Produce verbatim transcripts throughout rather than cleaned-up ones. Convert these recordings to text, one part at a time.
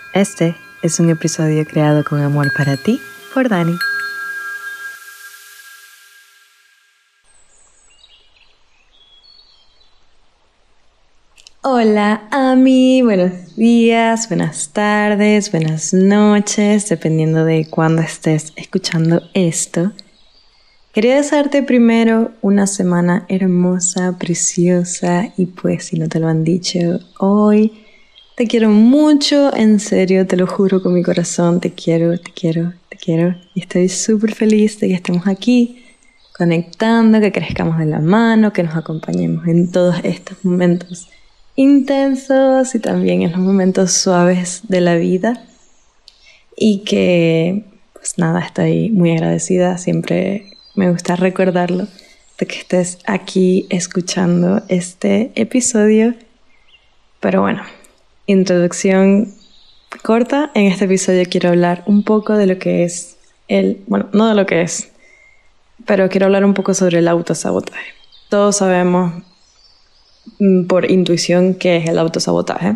Este es un episodio creado con amor para ti por Dani. Hola, Ami. Buenos días, buenas tardes, buenas noches, dependiendo de cuándo estés escuchando esto. Quería desearte primero una semana hermosa, preciosa y pues si no te lo han dicho hoy, te quiero mucho, en serio, te lo juro con mi corazón, te quiero, te quiero, te quiero y estoy súper feliz de que estemos aquí conectando, que crezcamos de la mano, que nos acompañemos en todos estos momentos intensos y también en los momentos suaves de la vida y que pues nada, estoy muy agradecida, siempre me gusta recordarlo, de que estés aquí escuchando este episodio. Pero bueno, introducción corta. En este episodio quiero hablar un poco de lo que es el... Bueno, no de lo que es, pero quiero hablar un poco sobre el autosabotaje. Todos sabemos por intuición qué es el autosabotaje.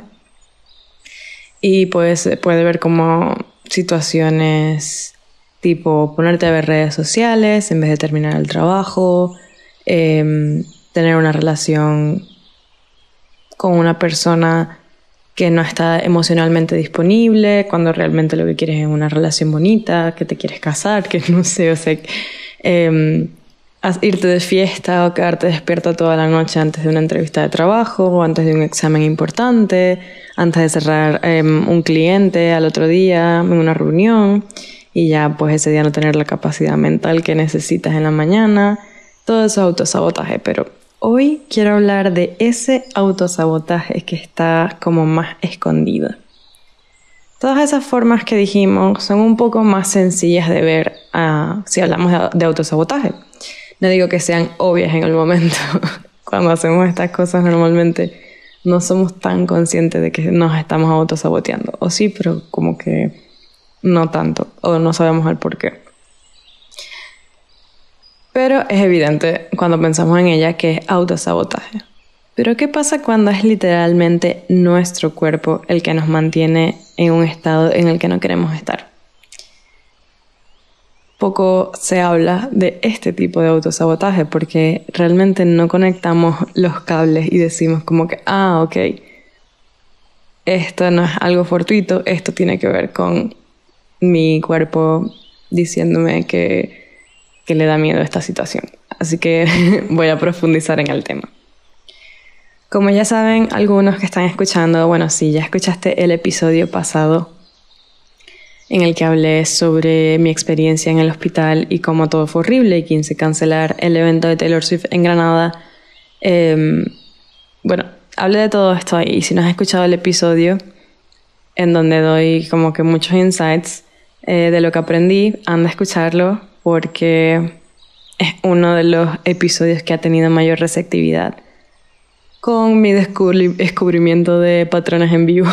Y pues se puede ver como situaciones... tipo ponerte a ver redes sociales en vez de terminar el trabajo, eh, tener una relación con una persona que no está emocionalmente disponible, cuando realmente lo que quieres es una relación bonita, que te quieres casar, que no sé, o sea, eh, irte de fiesta o quedarte despierta toda la noche antes de una entrevista de trabajo o antes de un examen importante, antes de cerrar eh, un cliente al otro día en una reunión. Y ya pues ese día no tener la capacidad mental que necesitas en la mañana. Todo eso es autosabotaje, pero hoy quiero hablar de ese autosabotaje que está como más escondido. Todas esas formas que dijimos son un poco más sencillas de ver uh, si hablamos de, de autosabotaje. No digo que sean obvias en el momento. Cuando hacemos estas cosas normalmente no somos tan conscientes de que nos estamos autosaboteando. O sí, pero como que... no tanto, o no sabemos el por qué. Pero es evidente cuando pensamos en ella que es autosabotaje. Pero ¿qué pasa cuando es literalmente nuestro cuerpo el que nos mantiene en un estado en el que no queremos estar? Poco se habla de este tipo de autosabotaje porque realmente no conectamos los cables y decimos como que, ah, ok, esto no es algo fortuito, esto tiene que ver con mi cuerpo diciéndome que, que le da miedo esta situación. Así que voy a profundizar en el tema. Como ya saben, algunos que están escuchando, bueno, si ya escuchaste el episodio pasado en el que hablé sobre mi experiencia en el hospital y cómo todo fue horrible y quise cancelar el evento de Taylor Swift en Granada. Eh, bueno, hablé de todo esto ahí. Y si no has escuchado el episodio en donde doy como que muchos insights Eh, de lo que aprendí, anda a escucharlo porque es uno de los episodios que ha tenido mayor receptividad con mi descubri- descubrimiento de patrones en vivo.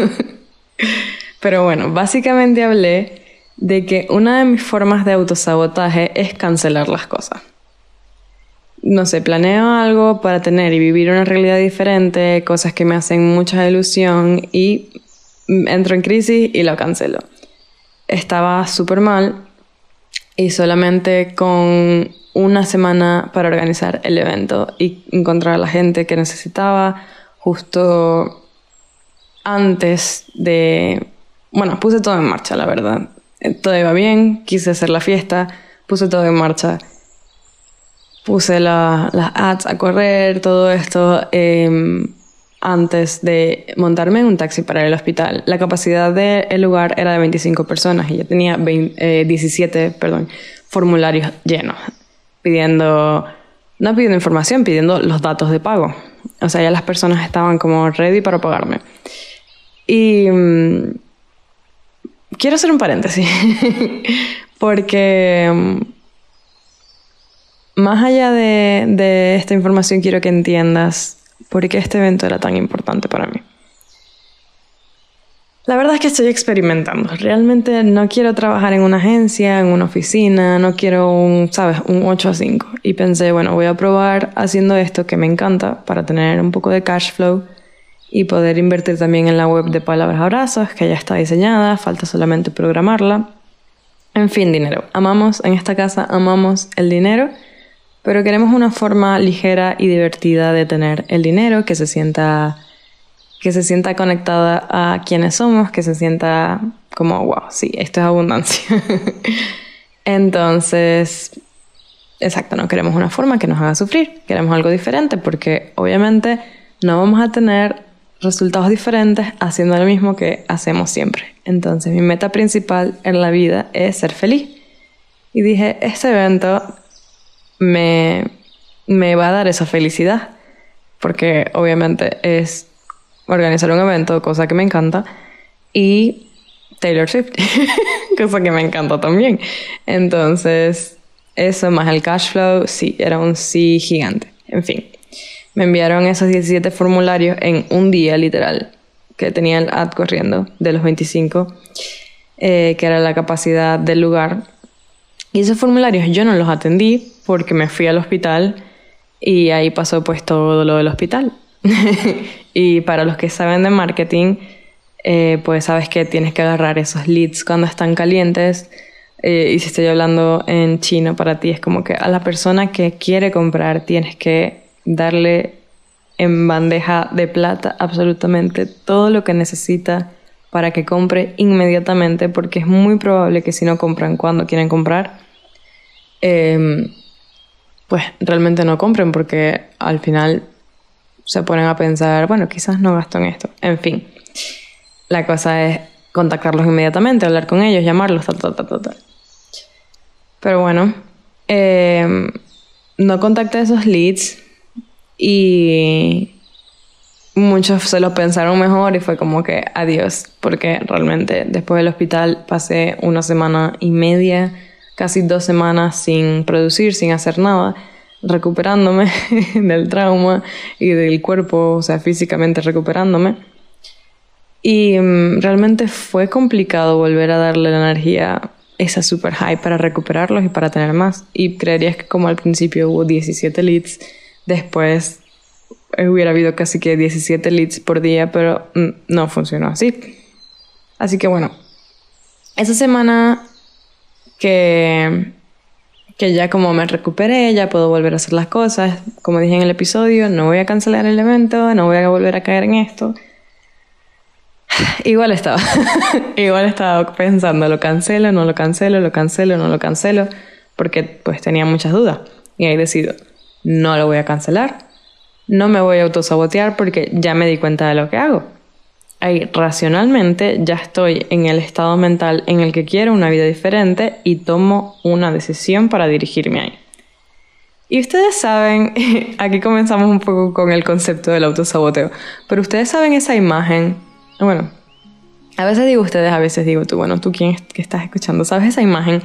Pero bueno, básicamente hablé de que una de mis formas de autosabotaje es cancelar las cosas. No sé, planeo algo para tener y vivir una realidad diferente, cosas que me hacen mucha ilusión y entro en crisis y lo cancelo. Estaba súper mal y solamente con una semana para organizar el evento y encontrar a la gente que necesitaba justo antes de... Bueno, puse todo en marcha, la verdad. Todo iba bien, quise hacer la fiesta, puse todo en marcha. Puse la, las ads a correr, todo esto... Eh, antes de montarme en un taxi para ir al hospital. La capacidad del lugar era de veinticinco personas y yo tenía veinte, eh, diecisiete perdón, formularios llenos, pidiendo, no pidiendo información, pidiendo los datos de pago. O sea, ya las personas estaban como ready para pagarme. Y um, quiero hacer un paréntesis, porque um, más allá de, de esta información quiero que entiendas por qué este evento era tan importante para mí. La verdad es que estoy experimentando. Realmente no quiero trabajar en una agencia, en una oficina, no quiero un, ¿sabes? Un ocho a cinco. Y pensé, bueno, voy a probar haciendo esto que me encanta para tener un poco de cash flow y poder invertir también en la web de Palabras Abrazos, que ya está diseñada, falta solamente programarla. En fin, dinero. Amamos, en esta casa amamos el dinero, pero queremos una forma ligera y divertida de tener el dinero, que se sienta, que se sienta conectada a quienes somos, que se sienta como, wow, sí, esto es abundancia. Entonces, exacto, no queremos una forma que nos haga sufrir, queremos algo diferente, porque obviamente no vamos a tener resultados diferentes haciendo lo mismo que hacemos siempre. Entonces, mi meta principal en la vida es ser feliz. Y dije, este evento me, me va a dar esa felicidad, porque obviamente es organizar un evento, cosa que me encanta, y Taylor Swift, cosa que me encanta también. Entonces, eso más el cash flow, sí, era un sí gigante. En fin, me enviaron esos diecisiete formularios en un día, literal, que tenía el ad corriendo de los veinticinco, eh, que era la capacidad del lugar. Y esos formularios yo no los atendí porque me fui al hospital y ahí pasó pues todo lo del hospital. Y para los que saben de marketing, eh, pues sabes que tienes que agarrar esos leads cuando están calientes. Eh, y si estoy hablando en chino, para ti es como que a la persona que quiere comprar tienes que darle en bandeja de plata absolutamente todo lo que necesita para que compre inmediatamente, porque es muy probable que si no compran cuando quieren comprar, eh, pues realmente no compren, porque al final se ponen a pensar, bueno, quizás no gasto en esto. En fin, la cosa es contactarlos inmediatamente, hablar con ellos, llamarlos, tal, tal, tal, tal, tal. Pero bueno, eh, no contacté esos leads y muchos se lo pensaron mejor y fue como que adiós, porque realmente después del hospital pasé una semana y media, casi dos semanas sin producir, sin hacer nada, recuperándome del trauma y del cuerpo, o sea, físicamente recuperándome. Y um, realmente fue complicado volver a darle la energía esa super high para recuperarlos y para tener más. Y creerías que como al principio hubo diecisiete leads, después hubiera habido casi que diecisiete leads por día, pero mm, no funcionó así. Así que bueno, esa semana que, que ya como me recuperé, ya puedo volver a hacer las cosas. Como dije en el episodio, no voy a cancelar el evento, no voy a volver a caer en esto. Igual estaba, igual estaba pensando, lo cancelo, no lo cancelo, lo cancelo, no lo cancelo, porque pues tenía muchas dudas. Y ahí decido, no lo voy a cancelar, no me voy a autosabotear porque ya me di cuenta de lo que hago. Ahí racionalmente ya estoy en el estado mental en el que quiero una vida diferente y tomo una decisión para dirigirme ahí. Y ustedes saben, aquí comenzamos un poco con el concepto del autosaboteo, pero ustedes saben esa imagen. Bueno, a veces digo ustedes, a veces digo tú. Bueno, tú quién que estás escuchando, ¿sabes esa imagen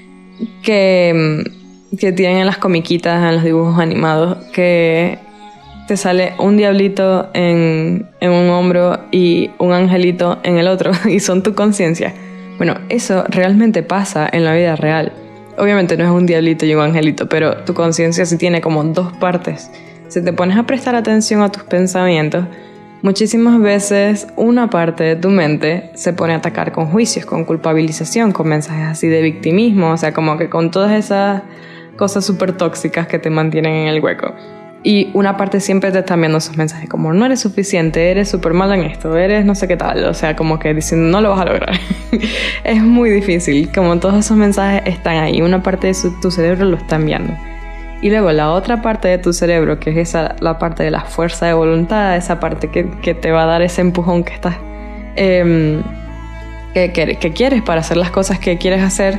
que, que tienen en las comiquitas, en los dibujos animados, que te sale un diablito en, en un hombro y un angelito en el otro y son tu conciencia? Bueno, eso realmente pasa en la vida real. Obviamente no es un diablito y un angelito, pero tu conciencia sí tiene como dos partes. Si te pones a prestar atención a tus pensamientos, muchísimas veces una parte de tu mente se pone a atacar con juicios, con culpabilización, con mensajes así de victimismo, o sea, como que con todas esas cosas súper tóxicas que te mantienen en el hueco. Y una parte siempre te está enviando esos mensajes como no eres suficiente, eres súper mala en esto, eres no sé qué tal, o sea, como que diciendo no lo vas a lograr. Es muy difícil, como todos esos mensajes están ahí, una parte de su, tu cerebro lo está enviando. Y luego la otra parte de tu cerebro, que es esa, la parte de la fuerza de voluntad, esa parte que, que te va a dar ese empujón que estás eh, que, que, que quieres para hacer las cosas que quieres hacer,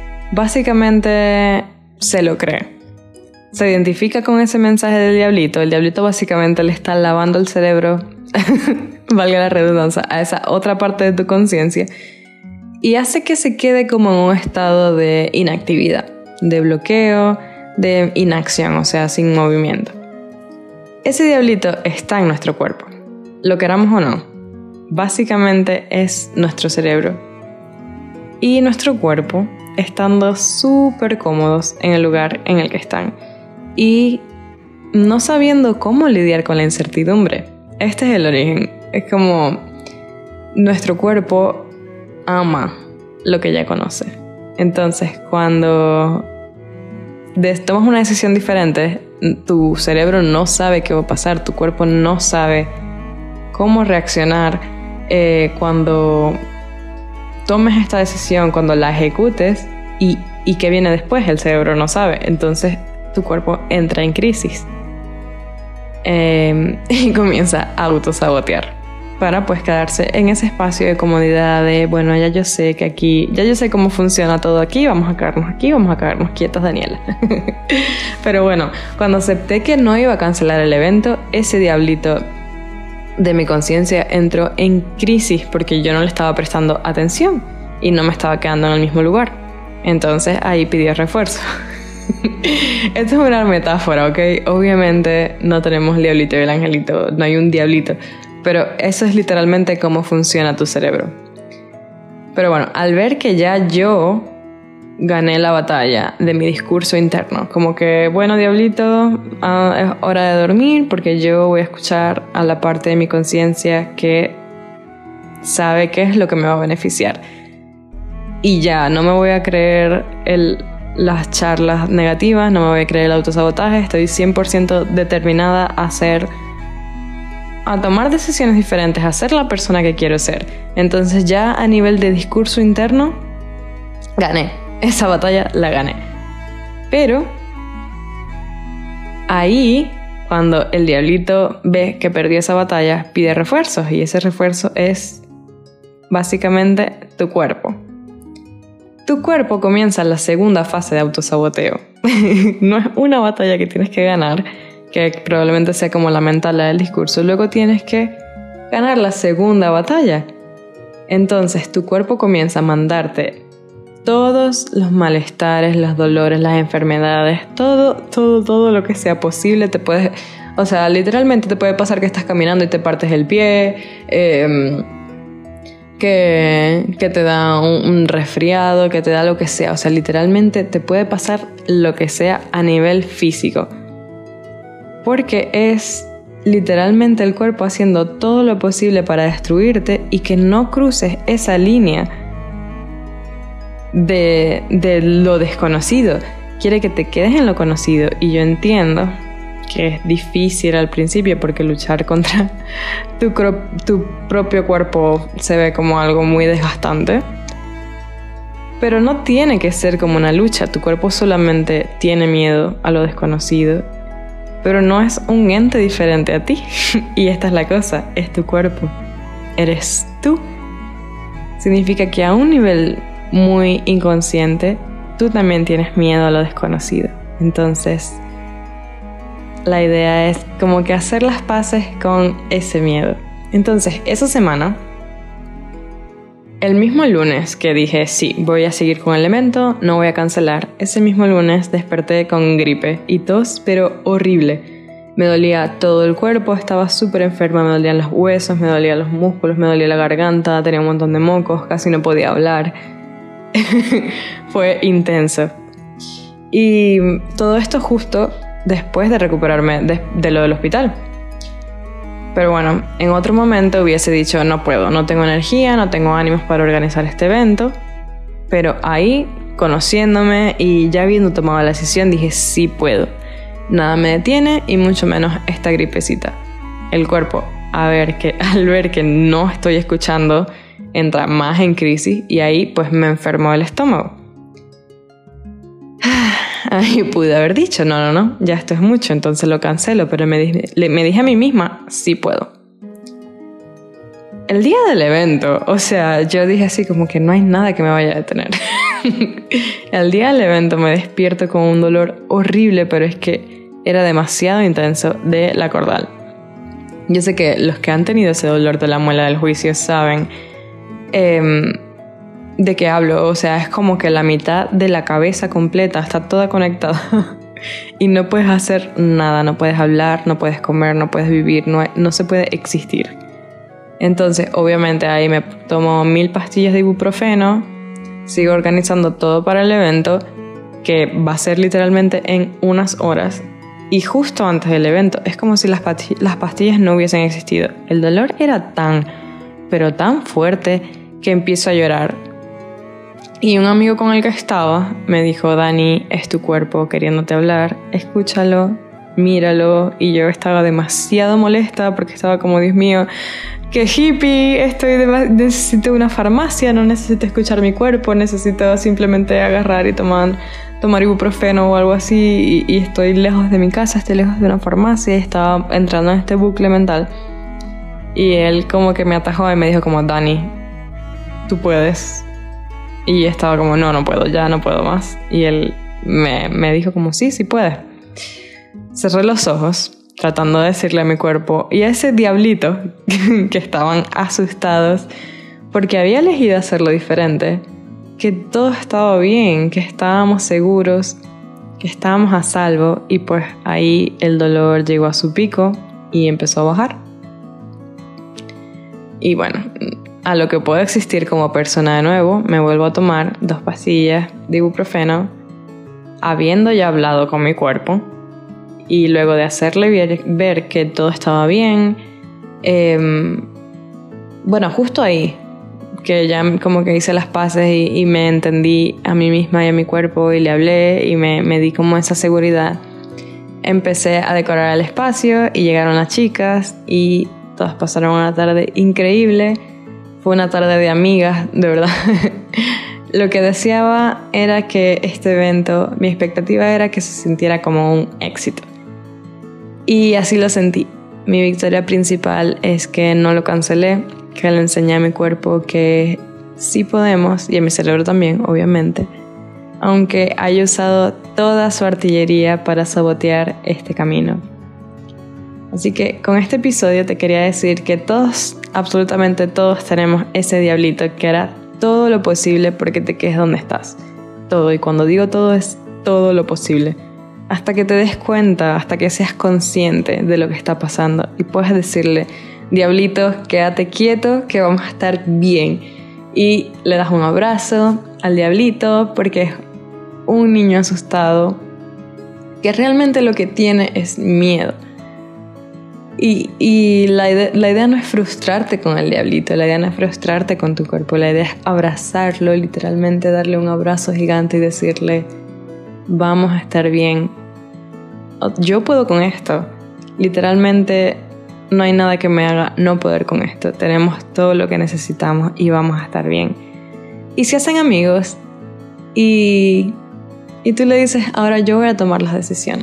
básicamente se lo cree. Se identifica con ese mensaje del diablito. El diablito básicamente le está lavando el cerebro, valga la redundancia, a esa otra parte de tu conciencia y hace que se quede como en un estado de inactividad, de bloqueo, de inacción, o sea, sin movimiento. Ese diablito está en nuestro cuerpo, lo queramos o no. Básicamente es nuestro cerebro y nuestro cuerpo estando súper cómodos en el lugar en el que están y no sabiendo cómo lidiar con la incertidumbre. este es el origen. Es como nuestro cuerpo ama lo que ya conoce. Entonces, cuando des- tomas una decisión diferente, tu cerebro no sabe qué va a pasar, tu cuerpo no sabe cómo reaccionar eh, cuando tomes esta decisión, cuando la ejecutes y, y qué viene después, el cerebro no sabe. Entonces, tu cuerpo entra en crisis eh, y comienza a autosabotear para pues quedarse en ese espacio de comodidad de, bueno, ya yo sé que aquí, ya yo sé cómo funciona todo aquí, vamos a quedarnos aquí, vamos a quedarnos quietas, Daniela. Pero bueno, cuando acepté que no iba a cancelar el evento, ese diablito de mi conciencia entró en crisis porque yo no le estaba prestando atención y no me estaba quedando en el mismo lugar. Entonces ahí pidió refuerzo. Esto es una metáfora, ¿ok? Obviamente no tenemos el diablito y el angelito, no hay un diablito. Pero eso es literalmente cómo funciona tu cerebro. Pero bueno, al ver que ya yo gané la batalla de mi discurso interno, como que, bueno, diablito, uh, es hora de dormir porque yo voy a escuchar a la parte de mi conciencia que sabe qué es lo que me va a beneficiar. Y ya, no me voy a creer el, las charlas negativas, no me voy a creer el autosabotaje, estoy cien por ciento determinada a hacer... a tomar decisiones diferentes, a ser la persona que quiero ser. Entonces ya a nivel de discurso interno, gané. Esa batalla la gané. Pero ahí, cuando el diablito ve que perdió esa batalla, pide refuerzos. Y ese refuerzo es básicamente tu cuerpo. Tu cuerpo comienza la segunda fase de autosaboteo. No es una batalla que tienes que ganar, que probablemente sea como la mental, la del discurso. Luego tienes que ganar la segunda batalla. Entonces tu cuerpo comienza a mandarte todos los malestares, los dolores, las enfermedades, todo, todo, todo lo que sea posible. Te puedes, o sea, literalmente te puede pasar que estás caminando y te partes el pie, eh, que, que te da un, un resfriado, que te da lo que sea. O sea, literalmente te puede pasar lo que sea a nivel físico. Porque es literalmente el cuerpo haciendo todo lo posible para destruirte y que no cruces esa línea de, de lo desconocido. Quiere que te quedes en lo conocido. Y yo entiendo que es difícil al principio porque luchar contra tu, tu propio cuerpo se ve como algo muy desgastante. Pero no tiene que ser como una lucha. Tu cuerpo solamente tiene miedo a lo desconocido. Pero no es un ente diferente a ti. Y esta es la cosa, es tu cuerpo. Eres tú. Significa que a un nivel muy inconsciente, tú también tienes miedo a lo desconocido. Entonces, la idea es como que hacer las paces con ese miedo. Entonces, esa semana, el mismo lunes que dije, sí, voy a seguir con el evento, no voy a cancelar, ese mismo lunes desperté con gripe y tos, pero horrible. Me dolía todo el cuerpo, estaba súper enferma, me dolían los huesos, me dolían los músculos, me dolía la garganta, tenía un montón de mocos, casi no podía hablar. Fue intenso. Y todo esto justo después de recuperarme de, de lo del hospital. Pero bueno, en otro momento hubiese dicho, no puedo, no tengo energía, no tengo ánimos para organizar este evento. Pero ahí, conociéndome y ya habiendo tomado la decisión, dije, sí puedo. Nada me detiene y mucho menos esta gripecita. El cuerpo, a ver que, al ver que no estoy escuchando, entra más en crisis y ahí pues me enfermó el estómago. Ahí pude haber dicho, no, no, no, ya esto es mucho, entonces lo cancelo, pero me dije, me dije a mí misma, sí puedo. El día del evento, o sea, yo dije así como que no hay nada que me vaya a detener. El día del evento me despierto con un dolor horrible, pero es que era demasiado intenso de la cordal. Yo sé que los que han tenido ese dolor de la muela del juicio saben eh, de qué hablo. O sea, es como que la mitad de la cabeza completa está toda conectada y no puedes hacer nada, no puedes hablar, no puedes comer, no puedes vivir, no, no se puede existir. Entonces, obviamente ahí me tomo mil pastillas de ibuprofeno, sigo organizando todo para el evento, que va a ser literalmente en unas horas. y justo antes del evento. Es como si las, pati- las pastillas no hubiesen existido. El dolor era tan, pero tan fuerte que empiezo a llorar. Y un amigo con el que estaba me dijo: Dani, es tu cuerpo queriéndote hablar, escúchalo, míralo. Y yo estaba demasiado molesta porque estaba como, Dios mío, qué hippie, estoy de, necesito una farmacia, no necesito escuchar mi cuerpo, necesito simplemente agarrar y tomar, tomar ibuprofeno o algo así, y, y estoy lejos de mi casa, estoy lejos de una farmacia, y estaba entrando en este bucle mental. Y él como que me atajó y me dijo como: Dani, tú puedes. Y estaba como, no, no puedo, ya no puedo más. Y él me, me dijo como, sí, sí puedes. Cerré los ojos, tratando de decirle a mi cuerpo y a ese diablito que estaban asustados porque había elegido hacerlo diferente, que todo estaba bien, que estábamos seguros, que estábamos a salvo. Y pues ahí el dolor llegó a su pico y empezó a bajar. Y bueno, a lo que puedo existir como persona de nuevo, me vuelvo a tomar dos pastillas de ibuprofeno, habiendo ya hablado con mi cuerpo. Y luego de hacerle ver, ver que todo estaba bien, eh, bueno, justo ahí, que ya como que hice las paces y, y me entendí a mí misma y a mi cuerpo y le hablé y me, me di como esa seguridad, empecé a decorar el espacio y llegaron las chicas y todas pasaron una tarde increíble. Fue una tarde de amigas, de verdad. Lo que deseaba era que este evento, mi expectativa era que se sintiera como un éxito. Y así lo sentí. Mi victoria principal es que no lo cancelé, que le enseñé a mi cuerpo que sí podemos, y a mi cerebro también, obviamente, aunque haya usado toda su artillería para sabotear este camino. Así que con este episodio te quería decir que todos, absolutamente todos, tenemos ese diablito que hará todo lo posible porque te quedes donde estás. Todo, y cuando digo todo es todo lo posible. Hasta que te des cuenta, hasta que seas consciente de lo que está pasando y puedas decirle: diablito, quédate quieto, que vamos a estar bien. Y le das un abrazo al diablito porque es un niño asustado que realmente lo que tiene es miedo. Y, y la, idea, la idea no es frustrarte con el diablito, la idea no es frustrarte con tu cuerpo, la idea es abrazarlo, literalmente darle un abrazo gigante y decirle: vamos a estar bien, yo puedo con esto, literalmente no hay nada que me haga no poder con esto, tenemos todo lo que necesitamos y vamos a estar bien. Y si hacen amigos y, y tú le dices: ahora yo voy a tomar las decisiones.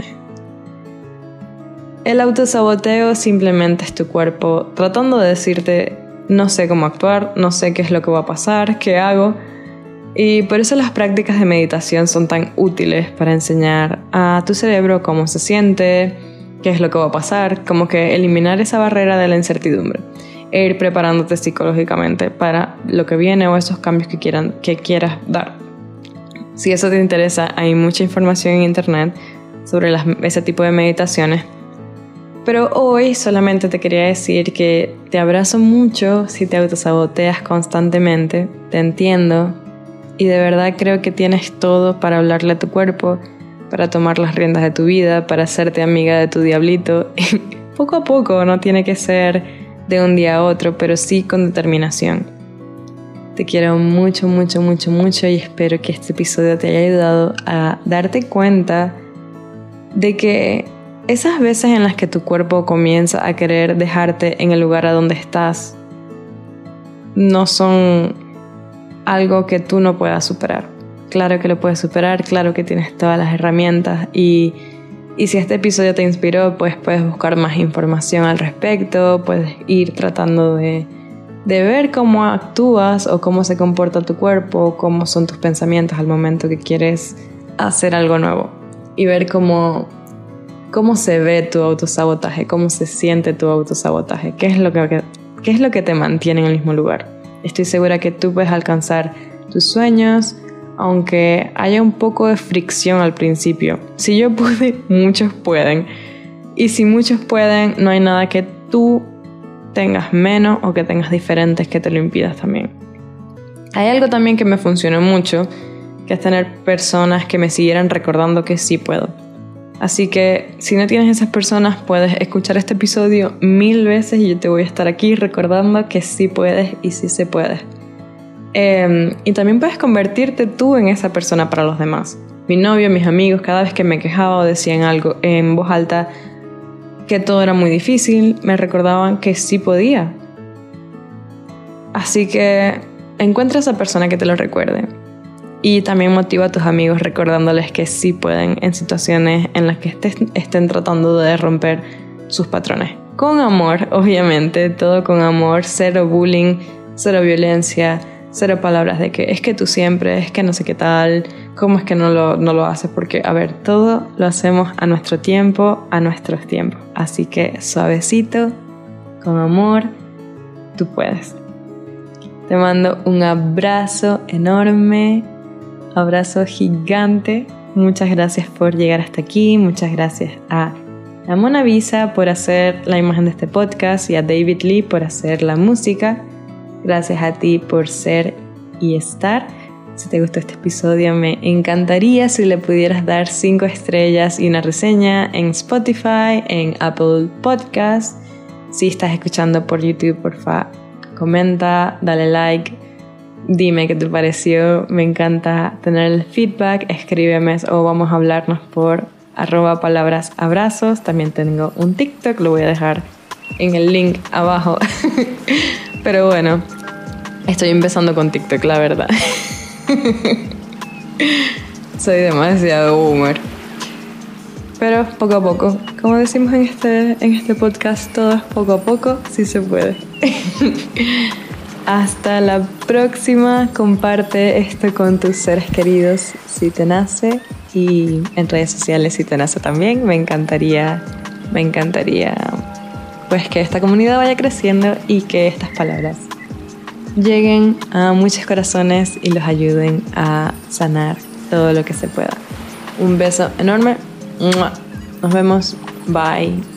El autosaboteo simplemente es tu cuerpo tratando de decirte: no sé cómo actuar, no sé qué es lo que va a pasar, qué hago. Y por eso las prácticas de meditación son tan útiles para enseñar a tu cerebro cómo se siente, qué es lo que va a pasar, como que eliminar esa barrera de la incertidumbre e ir preparándote psicológicamente para lo que viene o esos cambios que, quieran, que quieras dar. Si eso te interesa, hay mucha información en internet sobre las, ese tipo de meditaciones. Pero hoy solamente te quería decir que te abrazo mucho si te autosaboteas constantemente, te entiendo y de verdad creo que tienes todo para hablarle a tu cuerpo, para tomar las riendas de tu vida, para hacerte amiga de tu diablito. Poco a poco, no tiene que ser de un día a otro, pero sí con determinación. Te quiero mucho, mucho, mucho, mucho y espero que este episodio te haya ayudado a darte cuenta de que esas veces en las que tu cuerpo comienza a querer dejarte en el lugar a donde estás no son algo que tú no puedas superar. Claro que lo puedes superar, claro que tienes todas las herramientas y, y si este episodio te inspiró, pues puedes buscar más información al respecto, puedes ir tratando de, de ver cómo actúas o cómo se comporta tu cuerpo, cómo son tus pensamientos al momento que quieres hacer algo nuevo y ver cómo cómo se ve tu autosabotaje, cómo se siente tu autosabotaje, qué es lo que, qué es lo que te mantiene en el mismo lugar. Estoy segura que tú puedes alcanzar tus sueños, aunque haya un poco de fricción al principio. Si yo pude, muchos pueden. Y si muchos pueden, no hay nada que tú tengas menos o que tengas diferentes que te lo impidas también. Hay algo también que me funcionó mucho, que es tener personas que me siguieran recordando que sí puedo. Así que si no tienes esas personas, puedes escuchar este episodio mil veces y yo te voy a estar aquí recordando que sí puedes y sí se puede. Eh, y también puedes convertirte tú en esa persona para los demás. Mi novio, mis amigos, cada vez que me quejaba o decían algo en voz alta que todo era muy difícil, me recordaban que sí podía. Así que encuentra a esa persona que te lo recuerde. Y también motiva a tus amigos recordándoles que sí pueden en situaciones en las que estén, estén tratando de romper sus patrones. Con amor, obviamente, todo con amor, cero bullying, cero violencia, cero palabras de que es que tú siempre, es que no sé qué tal, cómo es que no lo, no lo haces. Porque, a ver, todo lo hacemos a nuestro tiempo, a nuestros tiempos. Así que suavecito, con amor, tú puedes. Te mando un abrazo enorme. Abrazo gigante. Muchas gracias por llegar hasta aquí. Muchas gracias a la Mona Visa por hacer la imagen de este podcast y a David Lee por hacer la música. Gracias a ti por ser y estar. Si te gustó este episodio, me encantaría si le pudieras dar cinco estrellas y una reseña en Spotify, en Apple Podcasts. Si estás escuchando por YouTube, porfa, comenta, dale like. Dime qué te pareció, me encanta tener el feedback, escríbeme o vamos a hablarnos por arroba palabras abrazos. También tengo un TikTok, lo voy a dejar en el link abajo. Pero bueno, estoy empezando con TikTok, la verdad. Soy demasiado boomer. Pero poco a poco, como decimos en este, en este podcast, todo es poco a poco, sí se puede. Hasta la próxima. Comparte esto con tus seres queridos si te nace y en redes sociales si te nace también. Me encantaría, me encantaría pues que esta comunidad vaya creciendo y que estas palabras lleguen a muchos corazones y los ayuden a sanar todo lo que se pueda. Un beso enorme. Nos vemos. Bye.